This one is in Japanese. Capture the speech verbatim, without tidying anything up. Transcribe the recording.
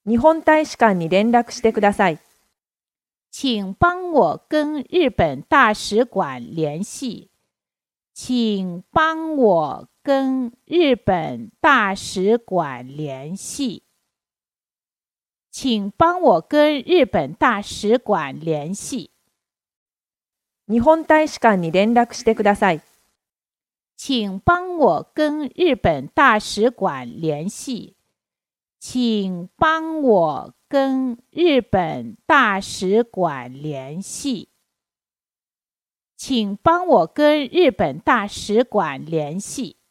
日本大使館に連絡してください。 请帮我跟日本大使馆联系。请帮我跟日本大使馆联系。请帮我跟日本大使馆联系。 日本大使館に連絡してください。 请帮我跟日本大使馆联系。请帮我跟日本大使馆联系。请帮我跟日本大使馆联系。